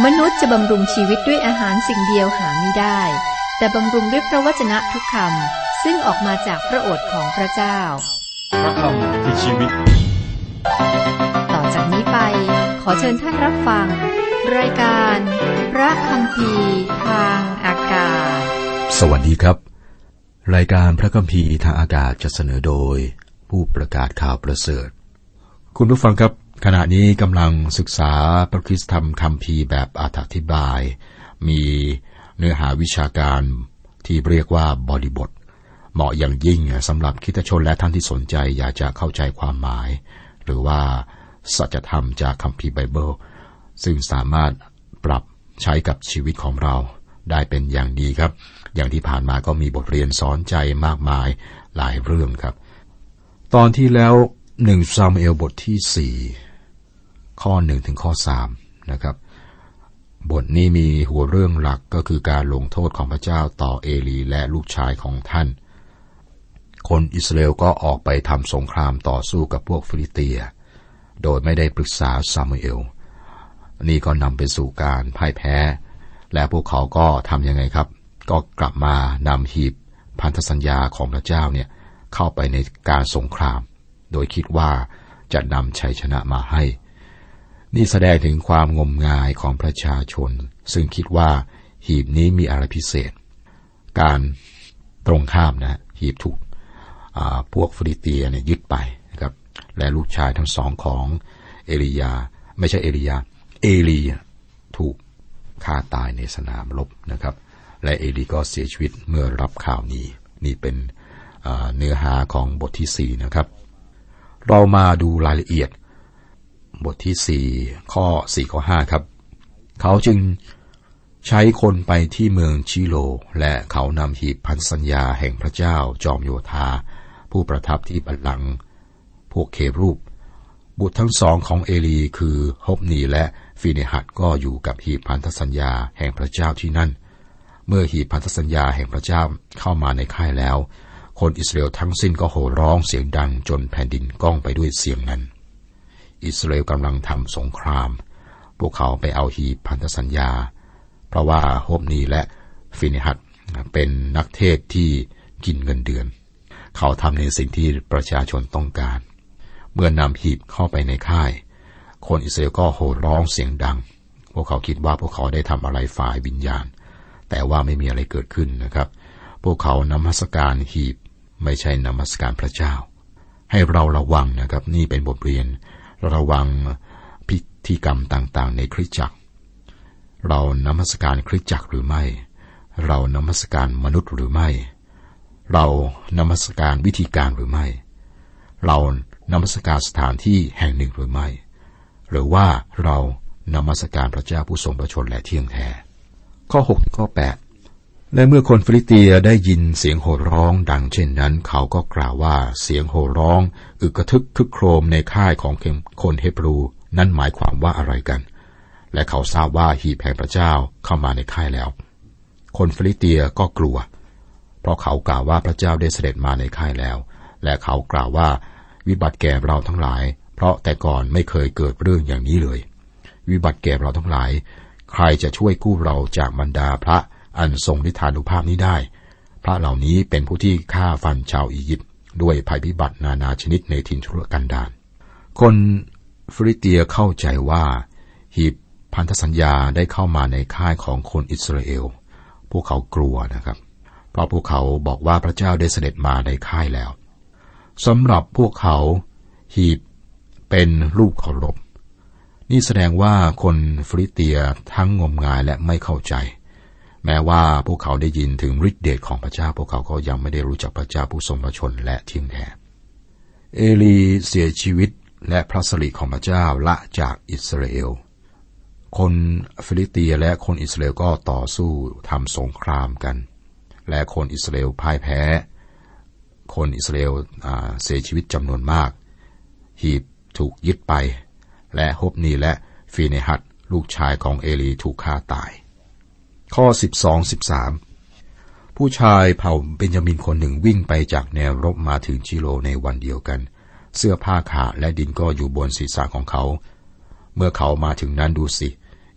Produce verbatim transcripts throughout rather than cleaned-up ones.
มนุษย์จะบำรุงชีวิตด้วยอาหารสิ่งเดียวหาไม่ได้แต่บำรุงด้วยพระวจนะทุกคำซึ่งออกมาจากพระโอษฐ์ของพระเจ้าพระคำคือชีวิตต่อจากนี้ไปขอเชิญท่านรับฟังรายการพระคัมภีร์ทางอากาศสวัสดีครับรายการพระคัมภีร์ทางอากาศจะเสนอโดยผู้ประกาศข่าวประเสริฐคุณผู้ฟังครับขณะนี้กำลังศึกษาพระคริสตธรรมคัมภีร์แบบอธิบายมีเนื้อหาวิชาการที่เรียกว่าบริบทเหมาะอย่างยิ่งสำหรับคริสตชนและท่านที่สนใจอยากจะเข้าใจความหมายหรือว่าสัจธรรมจากคัมภีร์ไบเบิลซึ่งสามารถปรับใช้กับชีวิตของเราได้เป็นอย่างดีครับอย่างที่ผ่านมาก็มีบทเรียนสอนใจมากมายหลายเรื่องครับตอนที่แล้วหนึ่งซามูเอลบทที่สี่ข้อหนึ่งถึงข้อสามนะครับบทนี้มีหัวเรื่องหลักก็คือการลงโทษของพระเจ้าต่อเอลีและลูกชายของท่านคนอิสราเอลก็ออกไปทำสงครามต่อสู้กับพวกฟิลิสเตียโดยไม่ได้ปรึกษาซามูเอลนี่ก็นำไปสู่การพ่ายแพ้และพวกเขาก็ทำยังไงครับก็กลับมานำหีบพันธสัญญาของพระเจ้าเนี่ยเข้าไปในการสงครามโดยคิดว่าจะนำชัยชนะมาให้นี่แสดงถึงความงมงายของประชาชนซึ่งคิดว่าหีบนี้มีอะไรพิเศษการตรงข้ามนะหีบถูกพวกฟิลิสเตียเนี่ยยึดไปนะครับและลูกชายทั้งสองของเอลียาไม่ใช่เอลียาเอลีถูกฆ่าตายในสนามรบนะครับและเอลีก็เสียชีวิตเมื่อรับข่าวนี้นี่เป็นเนื้อหาของบทที่สี่นะครับเรามาดูรายละเอียดบทที่สี่ข้อสี่ข้อห้าครับเขาจึงใช้คนไปที่เมืองชิโลและเขานำหีบพันธสัญญาแห่งพระเจ้าจอมโยธาผู้ประทับที่บัลลังก์พวกเครูบบุตรทั้งสองของเอลีคือฮอบนีและฟีเนหัสก็อยู่กับหีบพันธสัญญาแห่งพระเจ้าที่นั่นเมื่อหีบพันธสัญญาแห่งพระเจ้าเข้ามาในค่ายแล้วคนอิสราเอลทั้งสิ้นก็โห่ร้องเสียงดังจนแผ่นดินก้องไปด้วยเสียงนั้นอิสราเอลกำลังทำสงครามพวกเขาไปเอาหีบพันธสัญญาเพราะว่าฮอบนีและฟีเนหัสเป็นนักเทศที่กินเงินเดือนเขาทำในสิ่งที่ประชาชนต้องการเมื่อนำหีบเข้าไปในค่ายคนอิสราเอลก็โห่ร้องเสียงดังพวกเขาคิดว่าพวกเขาได้ทำอะไรฝ่ายวิญญาณแต่ว่าไม่มีอะไรเกิดขึ้นนะครับพวกเขานมัสการหีบไม่ใช่นมัสการพระเจ้าให้เราระวังนะครับนี่เป็นบทเรียนระวังพิธีกรรมต่างๆในคริสตจักรเรานมัสการคริสตจักรหรือไม่เรานมัสการมนุษย์หรือไม่เรานมัสการวิธีการหรือไม่เรานมัสการสถานที่แห่งหนึ่งหรือไม่หรือว่าเรานมัสการพระเจ้าผู้ทรงพระชนและเที่ยงแท้ข้อหกข้อแปดและเมื่อคนฟิลิสเตียได้ยินเสียงโห่ร้องดังเช่นนั้นเขาก็กล่าวว่าเสียงโห่ร้องอึกกระทึกคึกโครมในค่ายของคนเฮบรูนั้นหมายความว่าอะไรกันและเขาทราบว่าหีบแห่งพระเจ้าเข้ามาในค่ายแล้วคนฟิลิสเตียก็กลัวเพราะเขากล่าวว่าพระเจ้าได้เสด็จมาในค่ายแล้วและเขากล่าวว่าวิบัติแก่เราทั้งหลายเพราะแต่ก่อนไม่เคยเกิดเรื่องอย่างนี้เลยวิบัติแก่เราทั้งหลายใครจะช่วยกู้เราจากบรรดาพระอันทรงฤทธานุภาพนี้ได้พระเหล่านี้เป็นผู้ที่ฆ่าฟันชาวอียิปต์ด้วยภัยพิบัตินานาชนิดในถิ่นทุรกันดารคนฟิลิสเตียเข้าใจว่าหีบพันธสัญญาได้เข้ามาในค่ายของคนอิสราเอลพวกเขากลัวนะครับเพราะพวกเขาบอกว่าพระเจ้าได้เสด็จมาในค่ายแล้วสำหรับพวกเขาหีบเป็นรูปเคารพนี่แสดงว่าคนฟิลิสเตียทั้งงมงายและไม่เข้าใจแม้ว่าพวกเขาได้ยินถึงฤทธิเดชของพระเจ้าพวกเขาก็ยังไม่ได้รู้จักพระเจ้าผู้ทรงพระชนและเที่ยงแท้เอลีเสียชีวิตและพระสิริของพระเจ้าละจากอิสราเอลคนฟิลิสเตียและคนอิสราเอลก็ต่อสู้ทำสงครามกันและคนอิสราเอลพ่ายแพ้คนอิสราเอลเสียชีวิตจำนวนมากหีบถูกยึดไปและฮอบนีและฟีเนหัสลูกชายของเอลีถูกฆ่าตายข้อสิบสอง สิบสามผู้ชายเผ่าเบนยามินคนหนึ่งวิ่งไปจากแนวรบมาถึงชิโลในวันเดียวกันเสื้อผ้าขาดและดินก็อยู่บนศีรษะของเขาเมื่อเขามาถึงนั้นดูสิเอ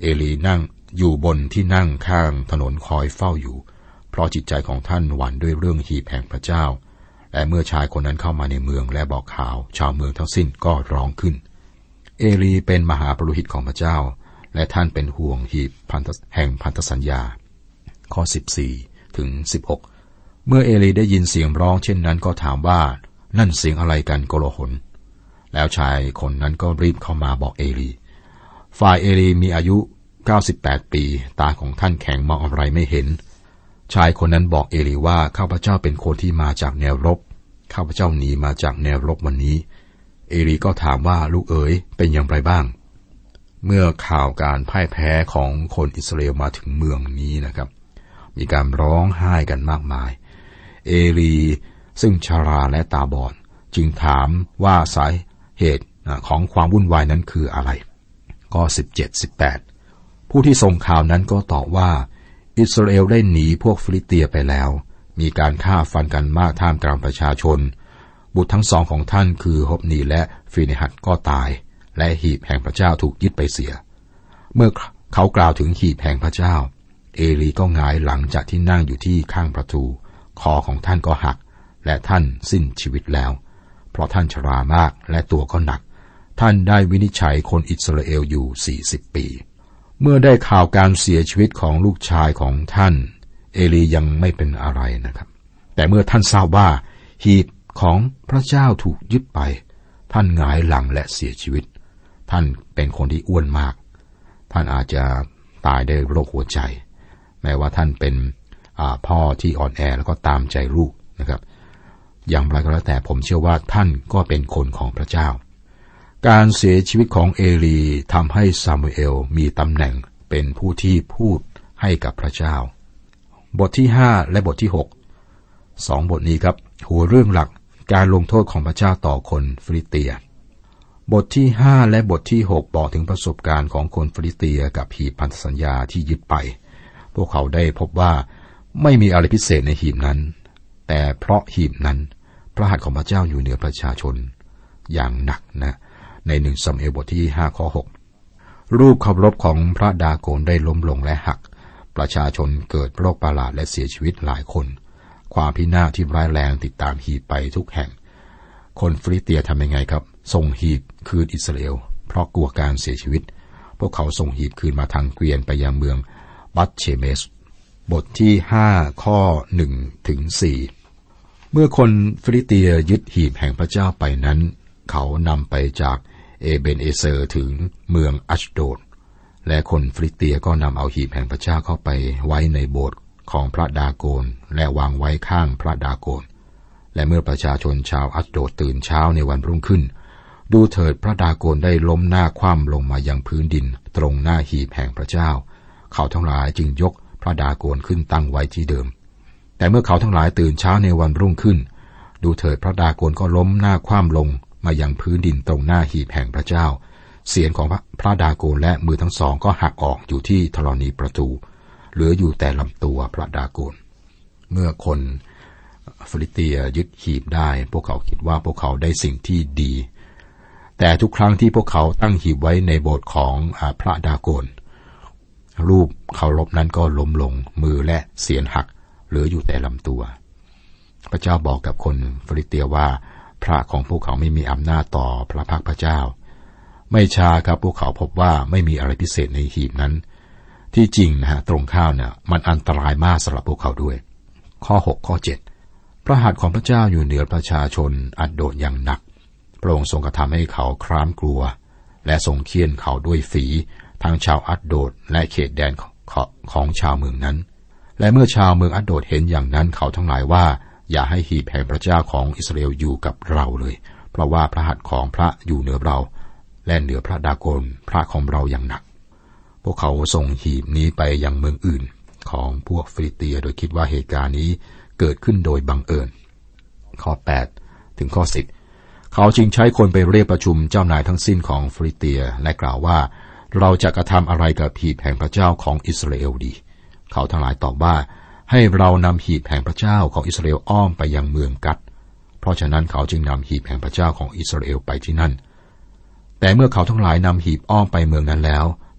เอลีนั่งอยู่บนที่นั่งข้างถนนคอยเฝ้าอยู่เพราะจิตใจของท่านหวั่นด้วยเรื่องหีบแห่งพระเจ้าและเมื่อชายคนนั้นเข้ามาในเมืองและบอกข่าวชาวเมืองทั้งสิ้นก็ร้องขึ้นเอลีเป็นมหาปุโรหิตของพระเจ้าและท่านเป็นห่วงหีบแห่งพันธสัญญาข้อสิบสี่ถึงสิบหกเมื่อเอลีได้ยินเสียงร้องเช่นนั้นก็ถามว่านั่นเสียงอะไรกันโกลาหลแล้วชายคนนั้นก็รีบเข้ามาบอกเอลีฝ่ายเอลีมีอายุเก้าสิบแปดปีตาของท่านแข็งมองอะไรไม่เห็นชายคนนั้นบอกเอลีว่าข้าพเจ้าเป็นคนที่มาจากแนวรบข้าพเจ้าหนีมาจากแนวรบวันนี้เอลีก็ถามว่าลูกเอ๋ยเป็นอย่างไรบ้างเมื่อข่าวการพ่ายแพ้ของคนอิสราเอลมาถึงเมืองนี้นะครับมีการร้องไห้กันมากมายเอลีซึ่งชราและตาบอดจึงถามว่าสาเหตุของความวุ่นวายนั้นคืออะไรข้อสิบเจ็ด สิบแปดผู้ที่ส่งข่าวนั้นก็ตอบว่าอิสราเอลได้หนีพวกฟิลิสเตียไปแล้วมีการฆ่าฟันกันมากท่ามกลางประชาชนบุตรทั้งสองของท่านคือฮอบนีและฟีเนฮัสก็ตายและหีบแห่งพระเจ้าถูกยึดไปเสียเมื่อเขากล่าวถึงหีบแห่งพระเจ้าเอลีก็หงายหลังจากที่นั่งอยู่ที่ข้างประตูคอของท่านก็หักและท่านสิ้นชีวิตแล้วเพราะท่านชรามากและตัวก็หนักท่านได้วินิจฉัยคนอิสราเอลอยู่สี่สิบปีเมื่อได้ข่าวการเสียชีวิตของลูกชายของท่านเอลียังไม่เป็นอะไรนะครับแต่เมื่อท่านทราบว่าหีบของพระเจ้าถูกยึดไปท่านหงายหลังและเสียชีวิตท่านเป็นคนที่อ้วนมากท่านอาจจะตายด้วยโรคหัวใจแม้ว่าท่านเป็นพ่อที่อ่อนแอแล้วก็ตามใจลูกนะครับอย่างไรก็แล้วแต่ผมเชื่อว่าท่านก็เป็นคนของพระเจ้าการเสียชีวิตของเอลีทำให้ซามูเอลมีตำแหน่งเป็นผู้ที่พูดให้กับพระเจ้าบทที่ห้าและบทที่หกสองบทนี้ครับหัวเรื่องหลักการลงโทษของพระเจ้าต่อคนฟิลิสเตียบทที่ห้าและบทที่หกบอกถึงประสบการณ์ของคนฟิลิสเตียกับหีบพันธสัญญาที่ยึดไปพวกเขาได้พบว่าไม่มีอะไรพิเศษในหีบนั้นแต่เพราะหีบนั้นพระหัตถ์ของพระเจ้าอยู่เหนือประชาชนอย่างหนักนะในหนึ่งซามูเอลบทที่ห้าข้อหกรูปเคารพของพระดาโกนได้ล้มลงและหักประชาชนเกิดโรคประหลาดและเสียชีวิตหลายคนความพินาศที่ร้ายแรงติดตามหีบไปทุกแห่งคนฟิลิสเตียทำยังไงครับส่งหีบคืนอิสราเอลเพราะกลัวการเสียชีวิตพวกเขาส่งหีบคืนมาทางเกวียนไปยังเมืองบัตเชเมสบทที่ห้าข้อหนึ่งถึงสี่เมื่อคนฟิลิสเตียยึดหีบแห่งพระเจ้าไปนั้นเขานำไปจากเอเบนเอเซอร์ถึงเมืองอัชโดดและคนฟิลิสเตียก็นำเอาหีบแห่งพระเจ้าเข้าไปไว้ในโบสถ์ของพระดาโกนและวางไว้ข้างพระดาโกนและเมื่อประชาชนชาวอัชโดดตื่นเช้าในวันรุ่งขึ้นดูเถิดพระดาโกนได้ล้มหน้าคว่ำลงมายังพื้นดินตรงหน้าหีบแห่งพระเจ้าเขาทั้งหลายจึงยกพระดาโกนขึ้นตั้งไว้ที่เดิมแต่เมื่อเขาทั้งหลายตื่นเช้าในวันรุ่งขึ้นดูเถิดพระดาโกนก็ล้มหน้าคว่ำลงมายังพื้นดินตรงหน้าหีบแห่งพระเจ้าเสียนของพระดาโกนและมือทั้งสองก็หักออกอยู่ที่ธรณีประตูเหลืออยู่แต่ลำตัวพระดาโกนเมื่อคนฟิลิสเตียยึดหีบได้พวกเขาคิดว่าพวกเขาได้สิ่งที่ดีแต่ทุกครั้งที่พวกเขาตั้งหีบไว้ในโบสถ์ของพระดาโกนรูปเคารพนั้นก็ล้มลงมือและเสียนหักเหลืออยู่แต่ลำตัวพระเจ้าบอกกับคนฟิลิสเตียว่าพระของพวกเขาไม่มีอำนาจต่อพระพักพระเจ้าไม่ช้าครับพวกเขาพบว่าไม่มีอะไรพิเศษในหีบนั้นที่จริงนะฮะตรงข้าวเนี่ยมันอันตรายมากสำหรับพวกเขาด้วยข้อหกข้อเจ็ดพระหัตถ์ของพระเจ้าอยู่เหนือประชาชนอันโดดอย่างหนักพระองค์ทรงกระทำให้เขาคร้ามกลัวและทรงเฆี่ยนเขาด้วยฝีทั้งชาวอัดโดดและเขตแดนของชาวเมืองนั้นและเมื่อชาวเมืองอัดโดดเห็นอย่างนั้นเขาทั้งหลายว่าอย่าให้หีบแห่งพระเจ้าของอิสราเอลอยู่กับเราเลยเพราะว่าพระหัตถ์ของพระอยู่เหนือเราและเหนือพระดาโกนพระของเราอย่างหนักพวกเขาส่งหีบนี้ไปยังเมืองอื่นของพวกฟิลิสเตียโดยคิดว่าเหตุการณ์นี้เกิดขึ้นโดยบังเอิญข้อแปดถึงข้อสิบเขาจึงใช้คนไปเรียกประชุมเจ้านายทั้งสิ้นของฟิลิสเตียและกล่าวว่าเราจะกระทำอะไรกับหีบแห่งพระเจ้าของอิสราเอลดีเขาทั้งหลายตอบว่าให้เรานำหีบแห่งพระเจ้าของอิสราเอลอ้อมไปยังเมืองกัดเพราะฉะนั้นเขาจึงนำหีบแห่งพระเจ้าของอิสราเอลไปที่นั่นแต่เมื่อเขาทั้งหลายนำหีบอ้อมไปเมืองนั้นแล้ว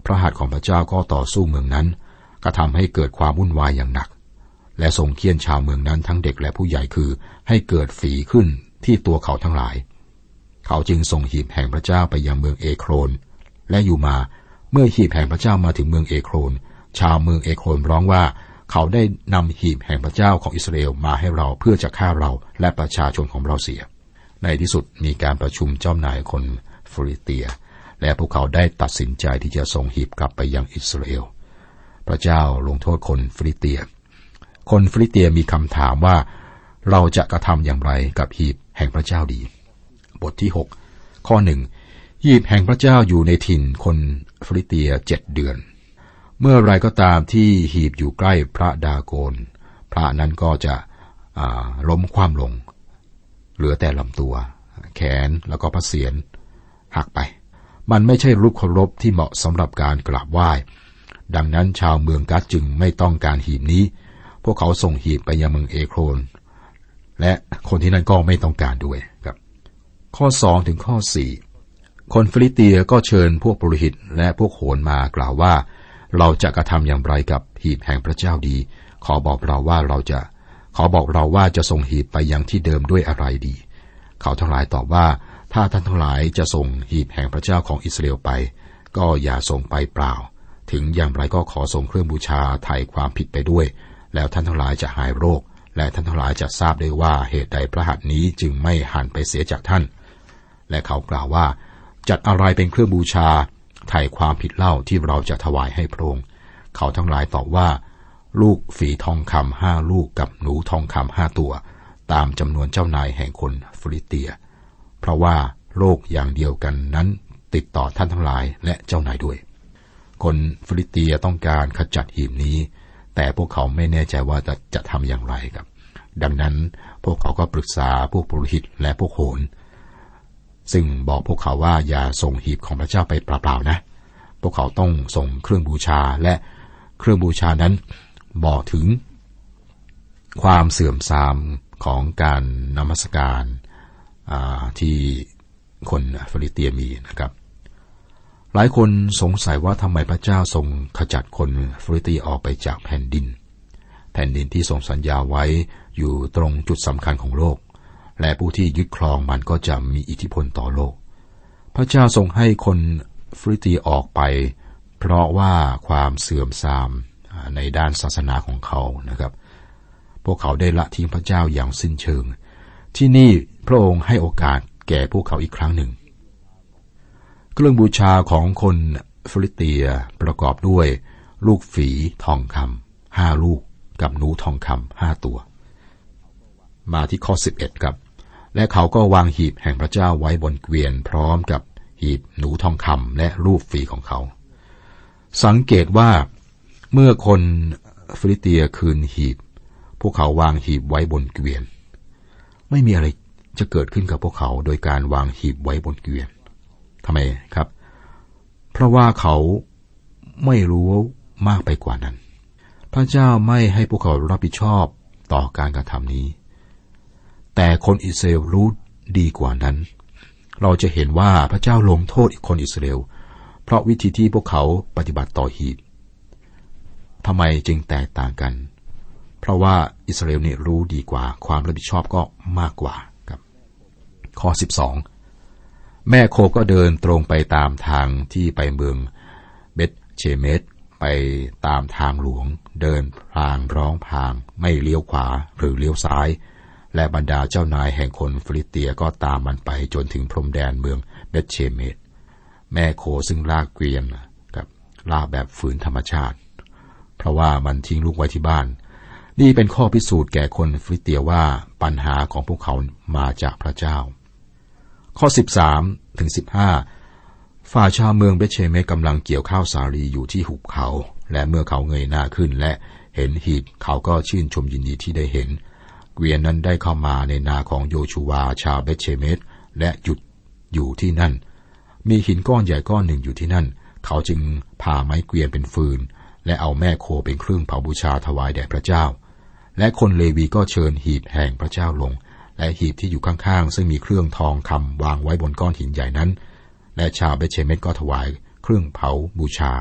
พระหัตถ์ของพระเจ้าก็ต่อสู้เมืองนั้นกระทำให้เกิดความวุ่นวายอย่างหนักและทรงเฆี่ยนชาวเมืองนั้นทั้งเด็กและผู้ใหญ่คือให้เกิดฝีขึ้นที่ตัวเขาทั้งหลายเขาจึงส่งหีบแห่งพระเจ้าไปยังเมืองเอโครนและอยู่มาเมื่อหีบแห่งพระเจ้ามาถึงเมืองเอโครนชาวเมืองเอโครนร้องว่าเขาได้นำหีบแห่งพระเจ้าของอิสราเอลมาให้เราเพื่อจะฆ่าเราและประชาชนของเราเสียในที่สุดมีการประชุมเจ้านายคนฟิลิสเตียและพวกเขาได้ตัดสินใจที่จะส่งหีบกลับไปยังอิสราเอลพระเจ้าลงโทษคนฟิลิสเตียคนฟิลิสเตียมีคำถามว่าเราจะกระทำอย่างไรกับหีบแห่งพระเจ้าดีบทที่หกข้อหนึ่งหีบแห่งพระเจ้าอยู่ในถิ่นคนฟิลิสเตียเจ็ดเดือนเมื่อไรก็ตามที่หีบอยู่ใกล้พระดาโกนพระนั้นก็จะล้มคว่ำลงเหลือแต่ลำตัวแขนแล้วก็พระเศียรหักไปมันไม่ใช่รูปเคารพที่เหมาะสำหรับการกราบไหว้ดังนั้นชาวเมืองกัดจึงไม่ต้องการหีบนี้พวกเขาส่งหีบไปยังเมืองเอโครนและคนที่นั่นก็ไม่ต้องการด้วยครับข้อสองถึงข้อสี่คนฟิลิสเตียก็เชิญพวกปุโรหิตและพวกโหรมากล่าวว่าเราจะกระทำอย่างไรกับหีบแห่งพระเจ้าดีขอบอกเราว่าเราจะขอบอกเราว่าจะส่งหีบไปยังที่เดิมด้วยอะไรดีเขาทั้งหลายตอบว่าถ้าท่านทั้งหลายจะส่งหีบแห่งพระเจ้าของอิสราเอลไปก็อย่าส่งไปเปล่าถึงอย่างไรก็ขอส่งเครื่องบูชาไถ่ความผิดไปด้วยแล้วท่านทั้งหลายจะหายโรคและท่านทั้งหลายจะทราบได้ว่าเหตุใดพระหัตถ์นี้จึงไม่หันไปเสียจากท่านและเขากล่าวว่าจัดอะไรเป็นเครื่องบูชาไถ่ความผิดเล่าที่เราจะถวายให้พระองค์เขาทั้งหลายตอบว่าลูกฝีทองคำห้าลูกกับหนูทองคำห้าตัวตามจำนวนเจ้านายแห่งคนฟิลิสเตียเพราะว่าโรคอย่างเดียวกันนั้นติดต่อท่านทั้งหลายและเจ้านายด้วยคนฟิลิสเตียต้องการขจัดหีบนี้แต่พวกเขาไม่แน่ใจว่าจะจะทำอย่างไรครับดังนั้นพวกเขาก็ปรึกษาพวกปุโรหิตและพวกโหรซึ่งบอกพวกเขาว่าอย่าส่งหีบของพระเจ้าไปเปล่าๆนะพวกเขาต้องส่งเครื่องบูชาและเครื่องบูชานั้นบอกถึงความเสื่อมทรามของการนมัสการที่คนฟิลิสเตียมีนะครับหลายคนสงสัยว่าทำไมพระเจ้าทรงขจัดคนฟิลิสเตียออกไปจากแผ่นดินแผ่นดินที่ทรงสัญญาไว้อยู่ตรงจุดสำคัญของโลกและผู้ที่ยึดครองมันก็จะมีอิทธิพลต่อโลกพระเจ้าทรงให้คนฟิลิสเตียออกไปเพราะว่าความเสื่อมทรามในด้านศาสนาของเขานะครับพวกเขาได้ละทิ้งพระเจ้าอย่างสิ้นเชิงที่นี่พระองค์ให้โอกาสแก่พวกเขาอีกครั้งหนึ่งเครื่องบูชาของคนฟิลิสเตียประกอบด้วยลูกฝีทองคำห้าลูกกับหนูทองคำห้าตัวมาที่ข้อสิบเอ็ดครับและเขาก็วางหีบแห่งพระเจ้าไว้บนเกวียนพร้อมกับหีบหนูทองคำและรูปฝีของเขาสังเกตว่าเมื่อคนฟิลิสเตียคืนหีบพวกเขาวางหีบไว้บนเกวียนไม่มีอะไรจะเกิดขึ้นกับพวกเขาโดยการวางหีบไว้บนเกวียนทำไมครับเพราะว่าเขาไม่รู้มากไปกว่านั้นพระเจ้าไม่ให้พวกเขารับผิดชอบต่อการกระทำนี้แต่คนอิสราเอลรู้ดีกว่านั้นเราจะเห็นว่าพระเจ้าลงโทษอีกคนอิสราเอลเพราะวิธีที่พวกเขาปฏิบัติต่อหีบทำไมจึงแตกต่างกันเพราะว่าอิสราเอลเนี่ยรู้ดีกว่าความรับผิดชอบก็มากกว่าครับข้อสิบสองแม่โคก็เดินตรงไปตามทางที่ไปเมืองเบธเชเมสไปตามทางหลวงเดินพลางร้องพลางไม่เลี้ยวขวาหรือเลี้ยวซ้ายและบรรดาเจ้านายแห่งคนฟิลิสเตียก็ตามมันไปจนถึงพรมแดนเมืองเบธเชเมสแม่โคซึ่งลากเกวียนกับลากแบบฝืนธรรมชาติเพราะว่ามันทิ้งลูกไว้ที่บ้านนี่เป็นข้อพิสูจน์แก่คนฟิลิสเตียว่าปัญหาของพวกเขามาจากพระเจ้าข้อสิบสามถึงสิบห้าฝ่ายชาวเมืองเบธเชเมสกำลังเกี่ยวข้าวสาลีอยู่ที่หุบเขาและเมื่อเขาเงยหน้าขึ้นและเห็นหีบเขาก็ชื่นชมยินดีที่ได้เห็นเกวียนนั้นได้เข้ามาในนาของโยชูวาชาวเบธเชเมสและหยุดอยู่ที่นั่นมีหินก้อนใหญ่ก้อนหนึ่งอยู่ที่นั่นเขาจึงพาไม้เกวียนเป็นฟืนและเอาแม่โคเป็นเครื่องเผาบูชาถวายแด่พระเจ้าและคนเลวีก็เชิญหีบแห่งพระเจ้าลงและหีบที่อยู่ข้างๆซึ่งมีเครื่องทองคำวางไว้บนก้อนหินใหญ่นั้นและชาวเบธเชเมสก็ถวายเครื่องเผาบูชา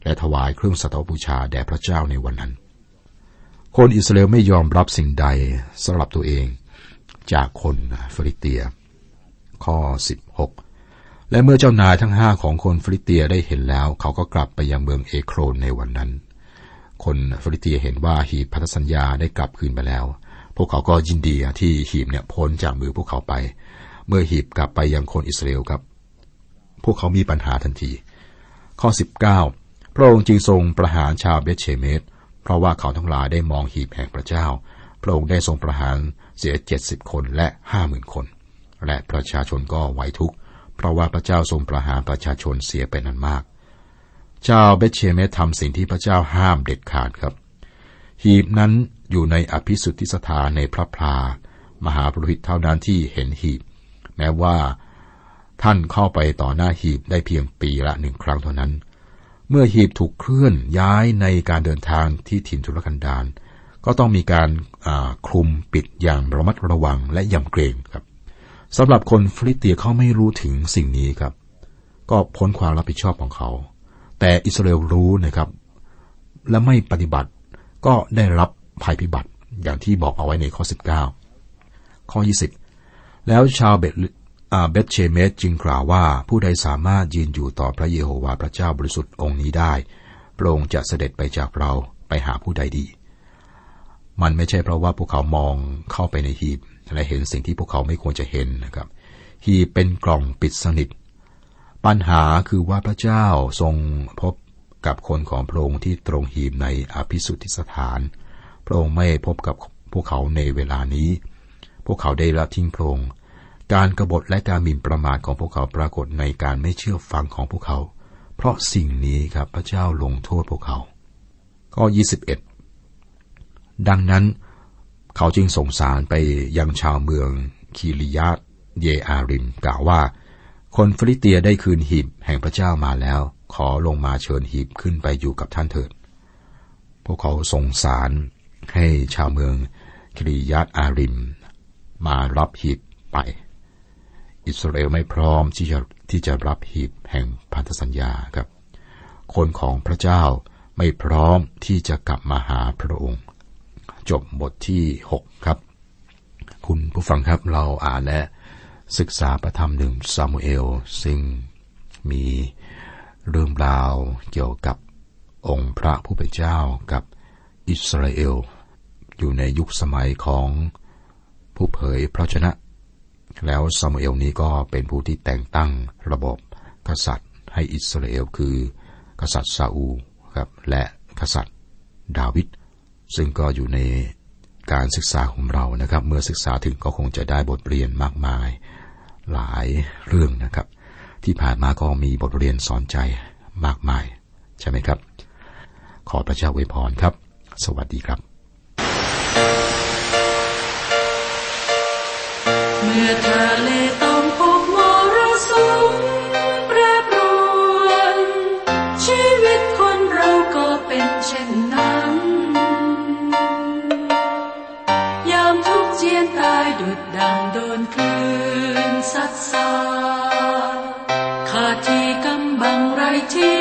และถวายเครื่องสักการะบูชาแด่พระเจ้าในวันนั้นคนอิสราเอลไม่ยอมรับสิ่งใดสำหรับตัวเองจากคนฟิลิสเตียข้อสิบหกและเมื่อเจ้านายทั้งห้าของคนฟิลิสเตียได้เห็นแล้วเขาก็กลับไปยังเมืองเอโครนในวันนั้นคนฟิลิสเตียเห็นว่าหีบพันธสัญญาได้กลับคืนไปแล้วพวกเขาก็ยินดีที่หีบเนี่ยพ้นจากมือพวกเขาไปเมื่อหีบกลับไปยังคนอิสราเอลครับพวกเขามีปัญหาทันทีข้อสิบเก้าพระองค์จึงทรงประหารชาวเบธเชเมสเพราะว่าเขาทั้งหลายได้มองหีบแห่งพระเจ้าพระองค์ได้ทรงประหารเสียเจ็ดสิบคนและห้าหมื่นคนและประชาชนก็ไหวทุกข์เพราะว่าพระเจ้าทรงประหารประชาชนเสียเป็นอันมากชาวเบธเชเมสทำสิ่งที่พระเจ้าห้ามเด็ดขาดครับหีบนั้นอยู่ในอภิสุทธิสถานในพระพลามหาปุโรหิตเท่านั้นที่เห็นหีบแม้ว่าท่านเข้าไปต่อหน้าหีบได้เพียงปีละหนึ่งครั้งเท่านั้นเมื่อหีบถูกเคลื่อนย้ายในการเดินทางที่ถิ่นทุรกันดารก็ต้องมีการคลุมปิดอย่างระมัดระวังและยำเกรงครับสำหรับคนฟิลิสเตียเขาไม่รู้ถึงสิ่งนี้ครับก็พ้นความรับผิดชอบของเขาแต่อิสราเอลรู้นะครับและไม่ปฏิบัติก็ได้รับภัยพิบัติอย่างที่บอกเอาไว้ในข้อสิบเก้าข้อยี่สิบแล้วชาวเบธเบธเชเมสจึงกล่าวว่าผู้ใดสามารถยืนอยู่ต่อพระเยโฮวาห์พระเจ้าบริสุทธิ์องค์นี้ได้พระองค์จะเสด็จไปจากเราไปหาผู้ใดดีมันไม่ใช่เพราะว่าพวกเขามองเข้าไปในหีบและเห็นสิ่งที่พวกเขาไม่ควรจะเห็นนะครับหีบเป็นกล่องปิดสนิทปัญหาคือว่าพระเจ้าทรงพบกับคนของพระองค์ที่ตรงหีบในอภิสุทธิสถานพระองค์ไม่พบกับพวกเขาในเวลานี้พวกเขาได้ละทิ้งพระองค์การกบฏและการหมิ่นประมาทของพวกเขาปรากฏในการไม่เชื่อฟังของพวกเขาเพราะสิ่งนี้ครับพระเจ้าลงโทษพวกเขาข้อยี่สิบเอ็ดดังนั้นเขาจึงส่งสารไปยังชาวเมืองคิริยาตเยอาริมกล่าวว่าคนฟิลิสเตียได้คืนหีบแห่งพระเจ้ามาแล้วขอลงมาเชิญหีบขึ้นไปอยู่กับท่านเถิดพวกเขาส่งสารให้ชาวเมืองคิริยาตอาริมมารับหีบไปอิสราเอลไม่พร้อมที่จะที่จะรับหีบแห่งพันธสัญญาครับคนของพระเจ้าไม่พร้อมที่จะกลับมาหาพระองค์จบบทที่หกครับคุณผู้ฟังครับเราอ่านและศึกษาพระธรรมหนึ่งซามูเอลซึ่งมีเรื่องราวเกี่ยวกับองค์พระผู้เป็นเจ้ากับอิสราเอลอยู่ในยุคสมัยของผู้เผยพระชนะแล้วซามูเอลนี้ก็เป็นผู้ที่แต่งตั้งระบบกษัตริย์ให้อิสราเอลคือกษัตริย์ซาอูลครับและกษัตริย์ดาวิดซึ่งก็อยู่ในการศึกษาของเรานะครับเมื่อศึกษาถึงก็คงจะได้บทเรียนมากมายหลายเรื่องนะครับที่ผ่านมาก็มีบทเรียนสอนใจมากมายใช่ไหมครับขอพระเจ้าอวยพรครับสวัสดีครับเมื่อทะเลต้องพบมรสุมแปรปรวนชีวิตคนเราก็เป็นเช่นนั้นยามทุกข์เจียนตายดุจดังโดนคลื่นซัดสาดขาดที่กำบังไรที่